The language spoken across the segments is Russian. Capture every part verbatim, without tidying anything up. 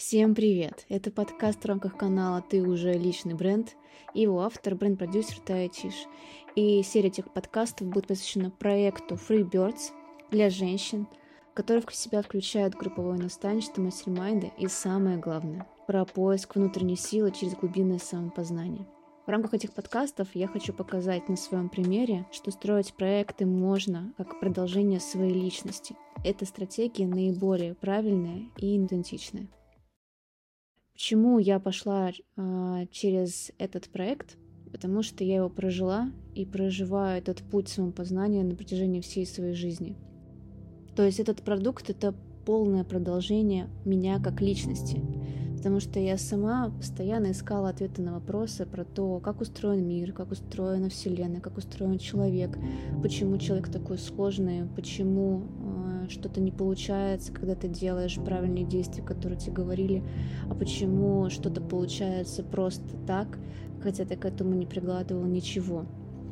Всем привет! Это подкаст в рамках канала «Ты уже личный бренд» и его автор, бренд-продюсер Тая Чиш. И серия этих подкастов будет посвящена проекту Free Birds для женщин, который в себя включает групповое наставничество, мастер-майнды и, самое главное, про поиск внутренней силы через глубинное самопознание. В рамках этих подкастов я хочу показать на своем примере, что строить проекты можно как продолжение своей личности. Эта стратегия наиболее правильная и идентичная. Почему я пошла э, через этот проект? Потому что я его прожила и проживаю этот путь самопознания на протяжении всей своей жизни. То есть этот продукт — это полное продолжение меня как личности. Потому что я сама постоянно искала ответы на вопросы про то, как устроен мир, как устроена Вселенная, как устроен человек, почему человек такой сложный, почему э, что-то не получается, когда ты делаешь правильные действия, которые тебе говорили, а почему что-то получается просто так, хотя ты к этому не прикладывал ничего.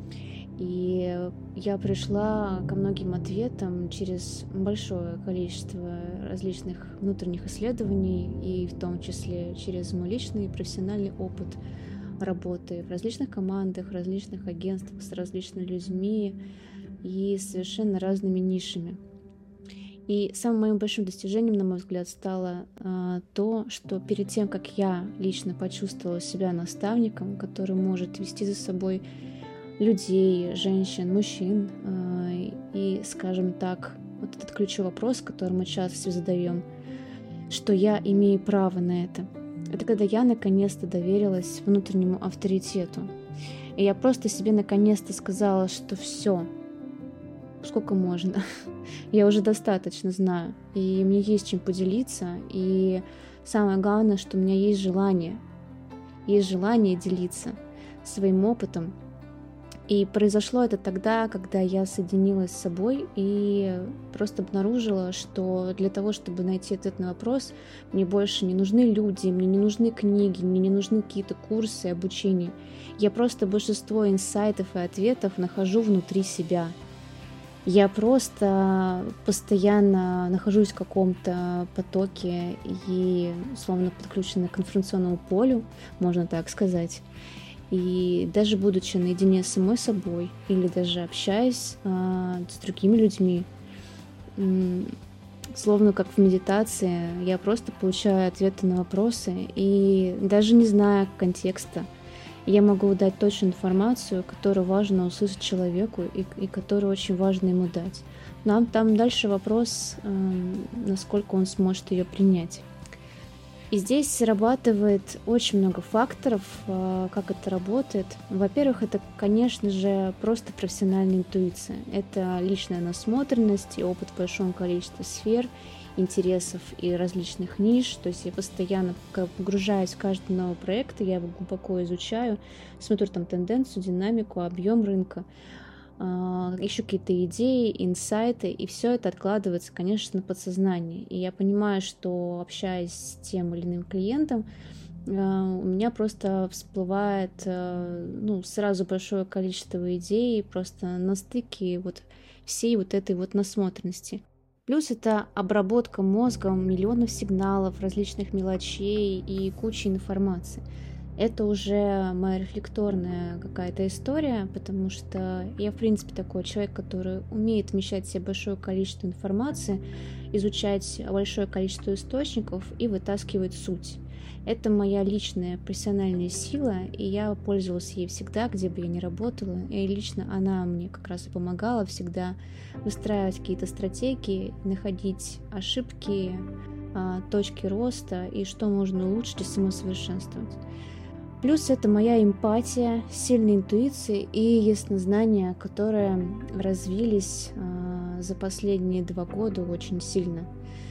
И я пришла ко многим ответам через большое количество различных внутренних исследований, и в том числе через мой личный профессиональный опыт работы в различных командах, различных агентствах с различными людьми и совершенно разными нишами. И самым моим большим достижением, на мой взгляд, стало э, то, что перед тем, как я лично почувствовала себя наставником, который может вести за собой людей, женщин, мужчин, э, и, скажем так, вот этот ключевой вопрос, который мы часто все задаем, что я имею право на это. Это когда я наконец-то доверилась внутреннему авторитету. И я просто себе наконец-то сказала, что все, сколько можно. Я уже достаточно знаю, и мне есть чем поделиться, и самое главное, что у меня есть желание, есть желание делиться своим опытом. И произошло это тогда, когда я соединилась с собой и просто обнаружила, что для того, чтобы найти ответ на вопрос, мне больше не нужны люди, мне не нужны книги, мне не нужны какие-то курсы, обучения. Я просто большинство инсайтов и ответов нахожу внутри себя. Я просто постоянно нахожусь в каком-то потоке и словно подключена к информационному полю, можно так сказать. И даже будучи наедине с самой собой или даже общаясь э, с другими людьми, э, словно как в медитации, я просто получаю ответы на вопросы и даже не зная контекста, я могу дать точную информацию, которую важно услышать человеку и, и которую очень важно ему дать. Нам там дальше вопрос, э, насколько он сможет ее принять. И здесь срабатывает очень много факторов, как это работает. Во-первых, это, конечно же, просто профессиональная интуиция. Это личная насмотренность и опыт в большом количестве сфер, интересов и различных ниш. То есть я постоянно погружаюсь в каждый новый проект, я его глубоко изучаю, смотрю там тенденцию, динамику, объем рынка, еще какие-то идеи, инсайты, и все это откладывается, конечно, на подсознание. И я понимаю, что, общаясь с тем или иным клиентом, у меня просто всплывает ну, сразу большое количество идей, просто на стыке вот всей вот этой вот насмотренности. Плюс это обработка мозгом миллионов сигналов, различных мелочей и куча информации. Это уже моя рефлекторная какая-то история, потому что я, в принципе, такой человек, который умеет вмещать в себе большое количество информации, изучать большое количество источников и вытаскивать суть. Это моя личная профессиональная сила, и я пользовалась ей всегда, где бы я ни работала. И лично она мне как раз и помогала всегда выстраивать какие-то стратегии, находить ошибки, точки роста и что можно улучшить и самосовершенствовать. Плюс это моя эмпатия, сильная интуиция и яснознания, которые развились э, за последние два года очень сильно.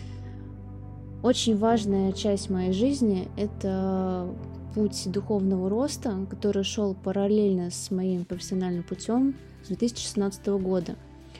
Очень важная часть моей жизни – это путь духовного роста, который шел параллельно с моим профессиональным путем с две тысячи шестнадцатого года.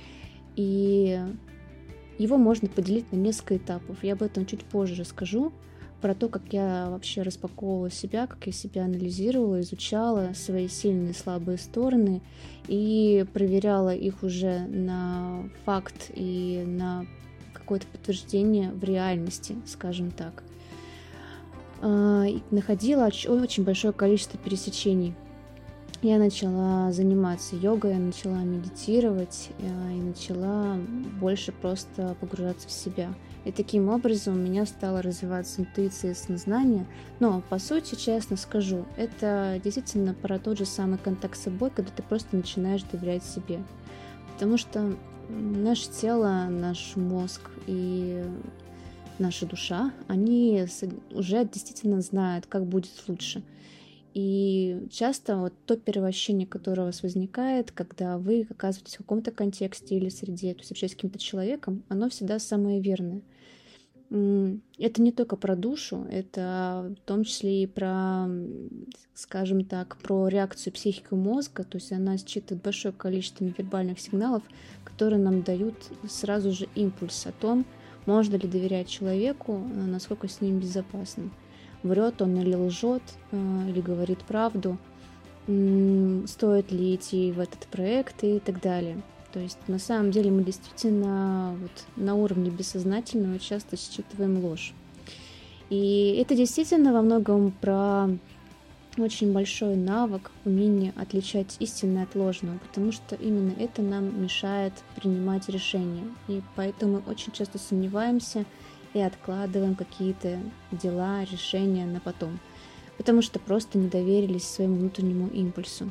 И его можно поделить на несколько этапов. Я об этом чуть позже расскажу. Про то, как я вообще распаковывала себя, как я себя анализировала, изучала свои сильные и слабые стороны и проверяла их уже на факт и на какое-то подтверждение в реальности, скажем так. и находила очень большое количество пересечений. Я начала заниматься йогой, я начала медитировать и начала больше просто погружаться в себя. И таким образом у меня стала развиваться интуиция и сознание. Но, по сути, честно скажу, это действительно про тот же самый контакт с собой, когда ты просто начинаешь доверять себе. Потому что наше тело, наш мозг и наша душа, они уже действительно знают, как будет лучше. И часто вот то первоощущение, которое у вас возникает, когда вы оказываетесь в каком-то контексте или среде, то есть общаетесь с каким-то человеком, оно всегда самое верное. Это не только про душу, это в том числе и про, скажем так, про реакцию психики мозга, то есть она считывает большое количество невербальных сигналов, которые нам дают сразу же импульс о том, можно ли доверять человеку, насколько с ним безопасно. Врет он или лжет, или говорит правду, стоит ли идти в этот проект и так далее. То есть на самом деле мы действительно вот на уровне бессознательного часто считываем ложь. И это действительно во многом про очень большой навык, умение отличать истинное от ложного, потому что именно это нам мешает принимать решения. И поэтому мы очень часто сомневаемся и откладываем какие-то дела, решения на потом, потому что просто не доверились своему внутреннему импульсу.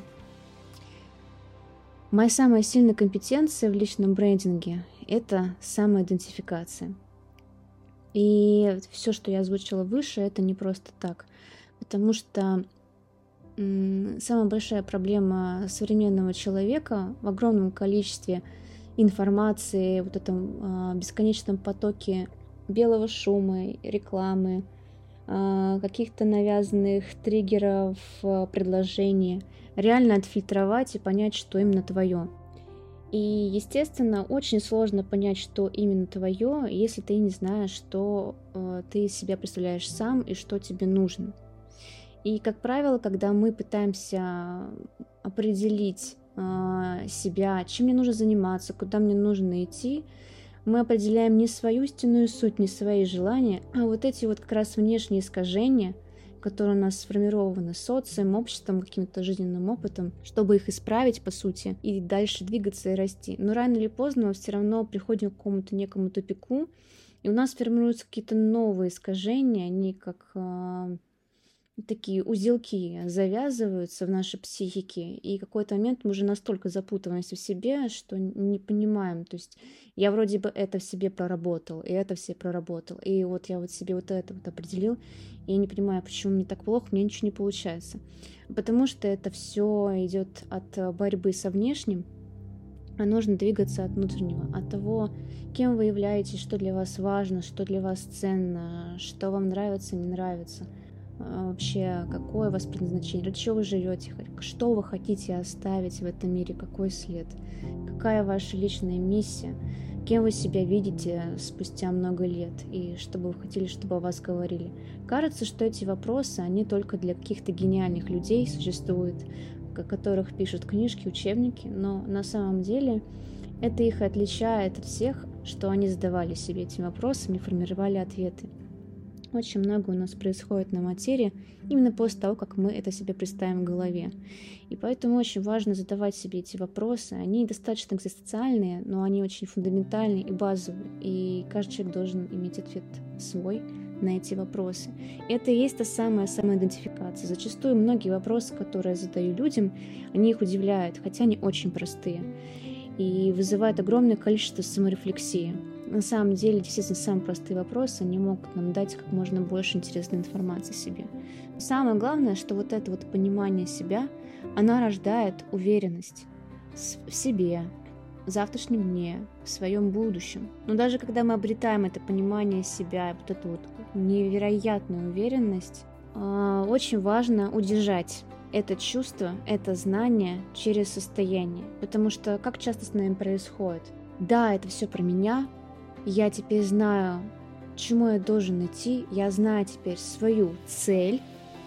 Моя самая сильная компетенция в личном брендинге – это самоидентификация. И все, что я озвучила выше, это не просто так, потому что м- самая большая проблема современного человека в огромном количестве информации, вот этом э, бесконечном потоке белого шума, рекламы, каких-то навязанных триггеров, предложений, реально отфильтровать и понять, что именно твое. И, естественно, очень сложно понять, что именно твое, если ты не знаешь, что ты из себя представляешь сам и что тебе нужно. И, как правило, когда мы пытаемся определить себя, чем мне нужно заниматься, куда мне нужно идти, мы определяем не свою истинную суть, не свои желания, а вот эти вот как раз внешние искажения, которые у нас сформированы социумом, обществом, каким-то жизненным опытом, чтобы их исправить, по сути, и дальше двигаться и расти. Но рано или поздно мы все равно приходим к какому-то некому тупику, и у нас формируются какие-то новые искажения, они как э, такие узелки завязываются в нашей психике, и в какой-то момент мы уже настолько запутываемся в себе, что не понимаем, то есть я вроде бы это в себе проработал, и это все проработал, и вот я вот себе вот это вот определил, и я не понимаю, почему мне так плохо, мне ничего не получается, потому что это все идет от борьбы со внешним, а нужно двигаться от внутреннего, от того, кем вы являетесь, что для вас важно, что для вас ценно, что вам нравится, не нравится. Вообще, какое у вас предназначение, для чего вы живете, что вы хотите оставить в этом мире, какой след, какая ваша личная миссия, кем вы себя видите спустя много лет и что бы вы хотели, чтобы о вас говорили. Кажется, что эти вопросы, они только для каких-то гениальных людей существуют, о которых пишут книжки, учебники, но на самом деле это их отличает от всех, что они задавали себе этими вопросами и формировали ответы. Очень много у нас происходит на материи именно после того, как мы это себе представим в голове. И поэтому очень важно задавать себе эти вопросы. Они достаточно экзистенциальные, но они очень фундаментальные и базовые. И каждый человек должен иметь ответ свой на эти вопросы. И это и есть та самая самоидентификация. Зачастую многие вопросы, которые я задаю людям, они их удивляют, хотя они очень простые. И вызывают огромное количество саморефлексии. На самом деле, действительно, самые простые вопросы, они могут нам дать как можно больше интересной информации о себе. Но самое главное, что вот это вот понимание себя, она рождает уверенность в себе, в завтрашнем дне, в своем будущем. Но даже когда мы обретаем это понимание себя, вот эту вот невероятную уверенность, очень важно удержать это чувство, это знание через состояние. Потому что как часто с нами происходит? Да, это все про меня, я теперь знаю, к чему я должен идти, я знаю теперь свою цель,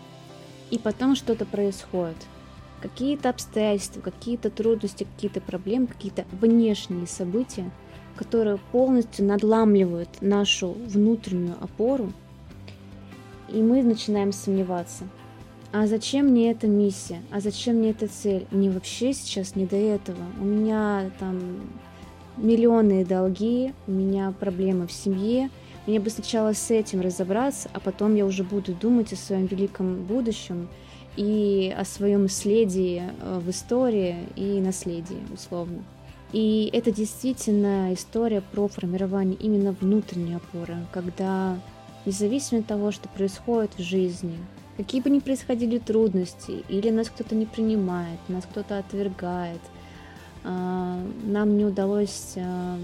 и потом что-то происходит. Какие-то обстоятельства, какие-то трудности, какие-то проблемы, какие-то внешние события, которые полностью надламливают нашу внутреннюю опору, и мы начинаем сомневаться. А зачем мне эта миссия? А зачем мне эта цель? Мне вообще сейчас не до этого. У меня там миллионные долги, у меня проблемы в семье. Мне бы сначала с этим разобраться, а потом я уже буду думать о своем великом будущем и о своем исследии в истории и наследии, условно. И это действительно история про формирование именно внутренней опоры, когда независимо от того, что происходит в жизни, какие бы ни происходили трудности, или нас кто-то не принимает, нас кто-то отвергает, нам не удалось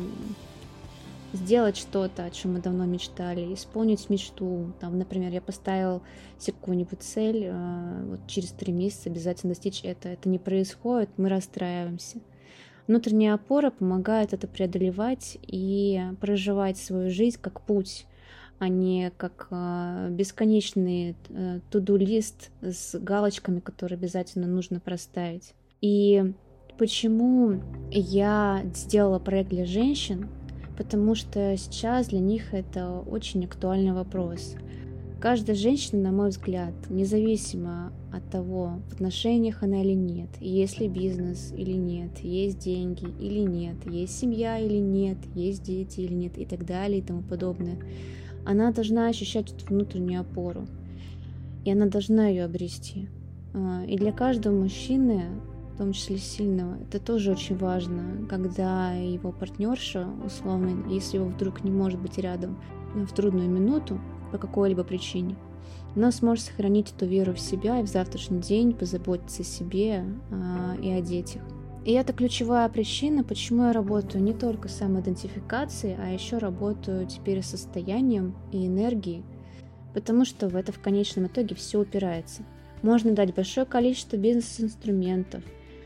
сделать что-то, о чем мы давно мечтали, исполнить мечту. Там, например, я поставил себе какую-нибудь цель, вот через три месяца обязательно достичь это. Это не происходит, мы расстраиваемся. Внутренняя опора помогает это преодолевать и проживать свою жизнь как путь, а не как бесконечный to-do-лист с галочками, которые обязательно нужно проставить. И почему я сделала проект для женщин? Потому что сейчас для них это очень актуальный вопрос. Каждая женщина, на мой взгляд, независимо от того, в отношениях она или нет, есть ли бизнес или нет, есть деньги или нет, есть семья или нет, есть дети или нет и так далее и тому подобное, она должна ощущать эту внутреннюю опору, и она должна ее обрести. И для каждого мужчины, в том числе сильного, это тоже очень важно, когда его партнерша, условно, если его вдруг не может быть рядом в трудную минуту по какой-либо причине, она сможет сохранить эту веру в себя и в завтрашний день позаботиться о себе а, и о детях. И это ключевая причина, почему я работаю не только с самоидентификацией, а еще работаю теперь с состоянием и энергией, потому что в это в конечном итоге все упирается. Можно дать большое количество бизнес-инструментов,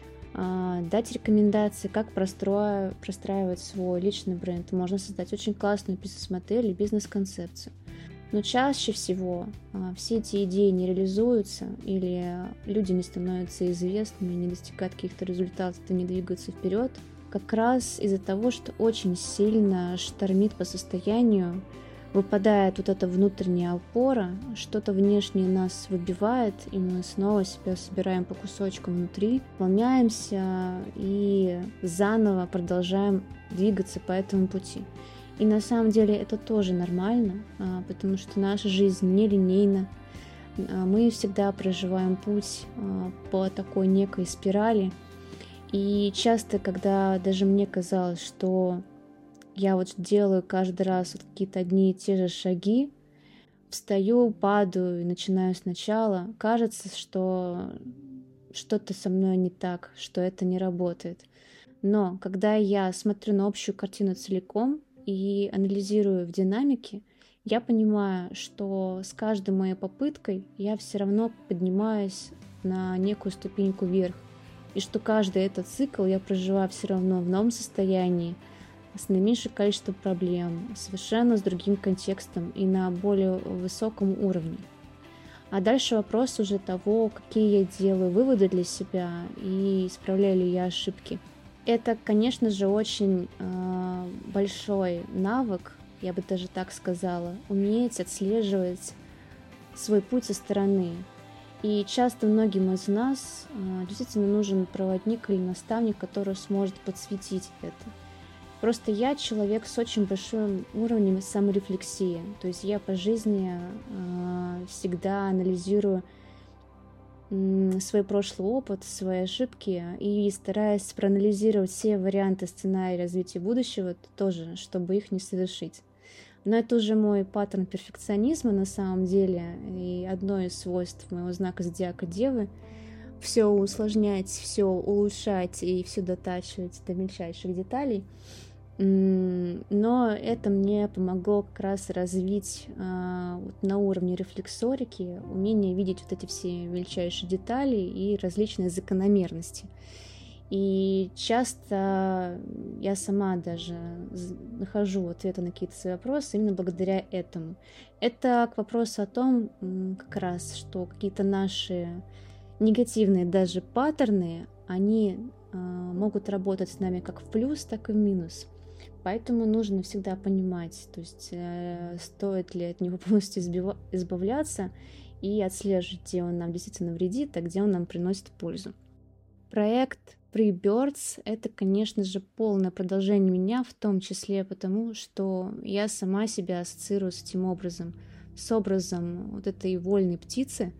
дать рекомендации, как простроить, простраивать свой личный бренд. Можно создать очень классную бизнес-модель и бизнес-концепцию. Но чаще всего все эти идеи не реализуются, или люди не становятся известными, не достигают каких-то результатов и не двигаются вперед, как раз из-за того, что очень сильно штормит по состоянию, выпадает вот эта внутренняя опора, что-то внешнее нас выбивает, и мы снова себя собираем по кусочкам внутри, волняемся и заново продолжаем двигаться по этому пути. И на самом деле это тоже нормально, потому что наша жизнь нелинейна. Мы всегда проживаем путь по такой некой спирали. И часто, когда даже мне казалось, что я вот делаю каждый раз вот какие-то одни и те же шаги, встаю, падаю и начинаю сначала, кажется, что что-то со мной не так, что это не работает. Но когда я смотрю на общую картину целиком и анализирую в динамике, я понимаю, что с каждой моей попыткой я все равно поднимаюсь на некую ступеньку вверх. И что каждый этот цикл я проживаю все равно в новом состоянии, с наименьшим количеством проблем, совершенно с другим контекстом и на более высоком уровне. А дальше вопрос уже того, какие я делаю выводы для себя и исправляю ли я ошибки. Это, конечно же, очень э, большой навык, я бы даже так сказала, уметь отслеживать свой путь со стороны. И часто многим из нас э, действительно нужен проводник или наставник, который сможет подсветить это. Просто я человек с очень большим уровнем саморефлексии. То есть я по жизни э, всегда анализирую э, свой прошлый опыт, свои ошибки и стараюсь проанализировать все варианты сценария развития будущего тоже, чтобы их не совершить. Но это уже мой паттерн перфекционизма на самом деле. И одно из свойств моего знака зодиака Девы — все усложнять, все улучшать и все дотачивать до мельчайших деталей. Но это мне помогло как раз развить а, вот на уровне рефлексорики умение видеть вот эти все мельчайшие детали и различные закономерности. И часто я сама даже нахожу ответы на какие-то свои вопросы именно благодаря этому. Это к вопросу о том, как раз, что какие-то наши негативные даже паттерны, они а, могут работать с нами как в плюс, так и в минус. Поэтому нужно всегда понимать, то есть э, стоит ли от него полностью избива- избавляться и отслеживать, где он нам действительно вредит, а где он нам приносит пользу. Проект Free Birds — это, конечно же, полное продолжение меня, в том числе потому, что я сама себя ассоциирую с этим образом, с образом вот этой вольной птицы,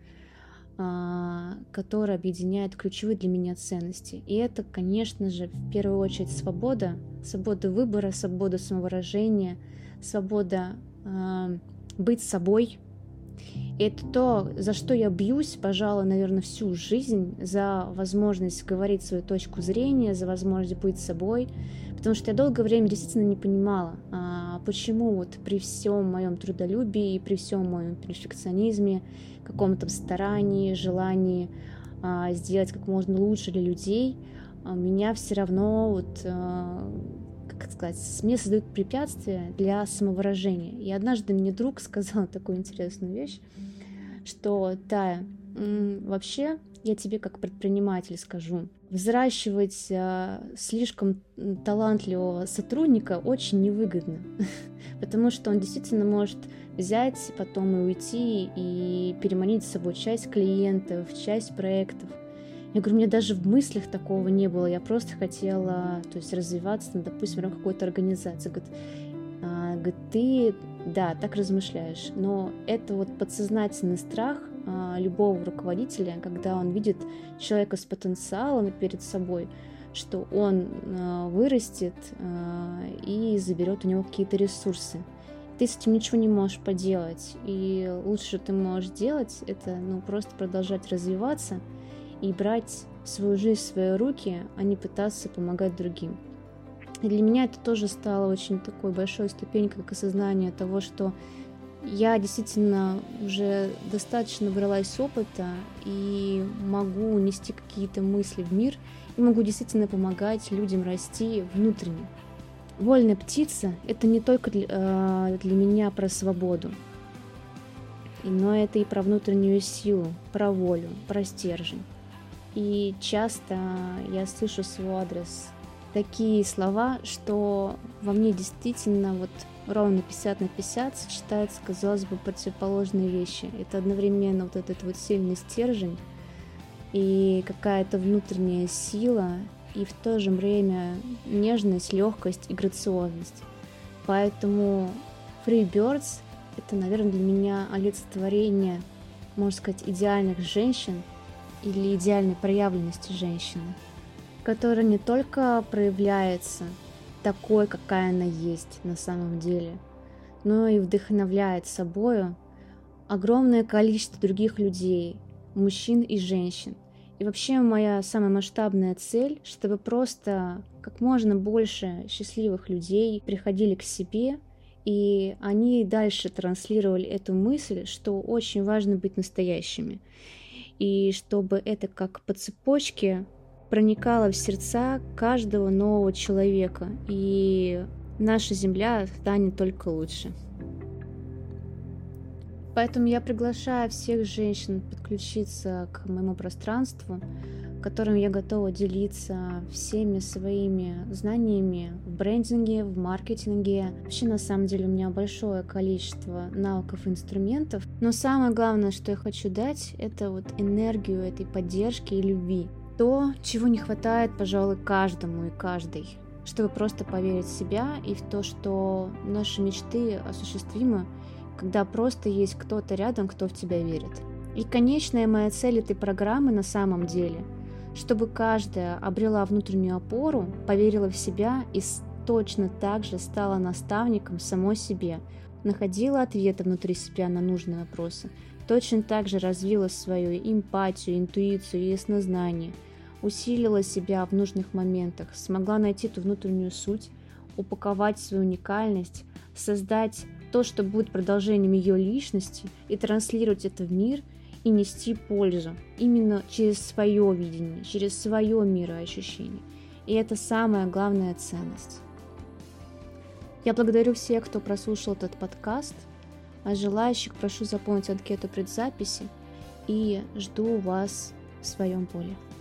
а, которая объединяет ключевые для меня ценности. И это, конечно же, в первую очередь свобода, свобода выбора, свобода самовыражения, свобода а, быть собой. И это то, за что я бьюсь, пожалуй, наверное, всю жизнь, за возможность говорить свою точку зрения, за возможность быть собой, потому что я долгое время действительно не понимала, а, почему вот при всем моем трудолюбии, при всем моем перфекционизме, каком-то старании, желании а, сделать как можно лучше для людей, а, меня все равно вот а, как сказать, мне создают препятствия для самовыражения. И однажды мне друг сказал такую интересную вещь, что Тая, вообще я тебе как предприниматель скажу, взращивать а, слишком талантливого сотрудника очень невыгодно, потому что он действительно может взять потом и уйти и переманить с собой часть клиентов, часть проектов. Я говорю, у меня даже в мыслях такого не было, я просто хотела, то есть развиваться, ну, допустим, в рамках какой-то организации. Говорит, а, говорит, ты, да, так размышляешь, но это вот подсознательный страх а, любого руководителя, когда он видит человека с потенциалом перед собой, что он а, вырастет а, и заберет у него какие-то ресурсы. Ты с этим ничего не можешь поделать, и лучше, что ты можешь делать, это ну, просто продолжать развиваться и брать свою жизнь в свои руки, а не пытаться помогать другим. И для меня это тоже стало очень такой большой ступенькой к осознанию того, что я действительно уже достаточно набралась опыта и могу нести какие-то мысли в мир, и могу действительно помогать людям расти внутренне. Вольная птица — это не только для, для меня про свободу, но это и про внутреннюю силу, про волю, про стержень. И часто я слышу в свой адрес такие слова, что во мне действительно вот ровно пятьдесят на пятьдесят сочетаются, казалось бы, противоположные вещи. Это одновременно вот этот вот сильный стержень и какая-то внутренняя сила, и в то же время нежность, легкость и грациозность. Поэтому Free Birds — это, наверное, для меня олицетворение, можно сказать, идеальных женщин, или идеальной проявленности женщины, которая не только проявляется такой, какая она есть на самом деле, но и вдохновляет собою огромное количество других людей, мужчин и женщин. И вообще моя самая масштабная цель, чтобы просто как можно больше счастливых людей приходили к себе, и они дальше транслировали эту мысль, что очень важно быть настоящими. И чтобы это как по цепочке проникало в сердца каждого нового человека, и наша Земля станет только лучше. Поэтому я приглашаю всех женщин подключиться к моему пространству, которым я готова делиться всеми своими знаниями в брендинге, в маркетинге. Вообще, на самом деле, у меня большое количество навыков и инструментов. Но самое главное, что я хочу дать, это вот энергию этой поддержки и любви. То, чего не хватает, пожалуй, каждому и каждой. Чтобы просто поверить в себя и в то, что наши мечты осуществимы, когда просто есть кто-то рядом, кто в тебя верит. И конечная моя цель этой программы на самом деле — чтобы каждая обрела внутреннюю опору, поверила в себя и точно так же стала наставником самой себе, находила ответы внутри себя на нужные вопросы, точно так же развила свою эмпатию, интуицию и яснознание, усилила себя в нужных моментах, смогла найти ту внутреннюю суть, упаковать свою уникальность, создать то, что будет продолжением ее личности, и транслировать это в мир и нести пользу именно через свое видение, через свое мироощущение. И это самая главная ценность. Я благодарю всех, кто прослушал этот подкаст, а желающих прошу заполнить анкету предзаписи и жду вас в своем поле.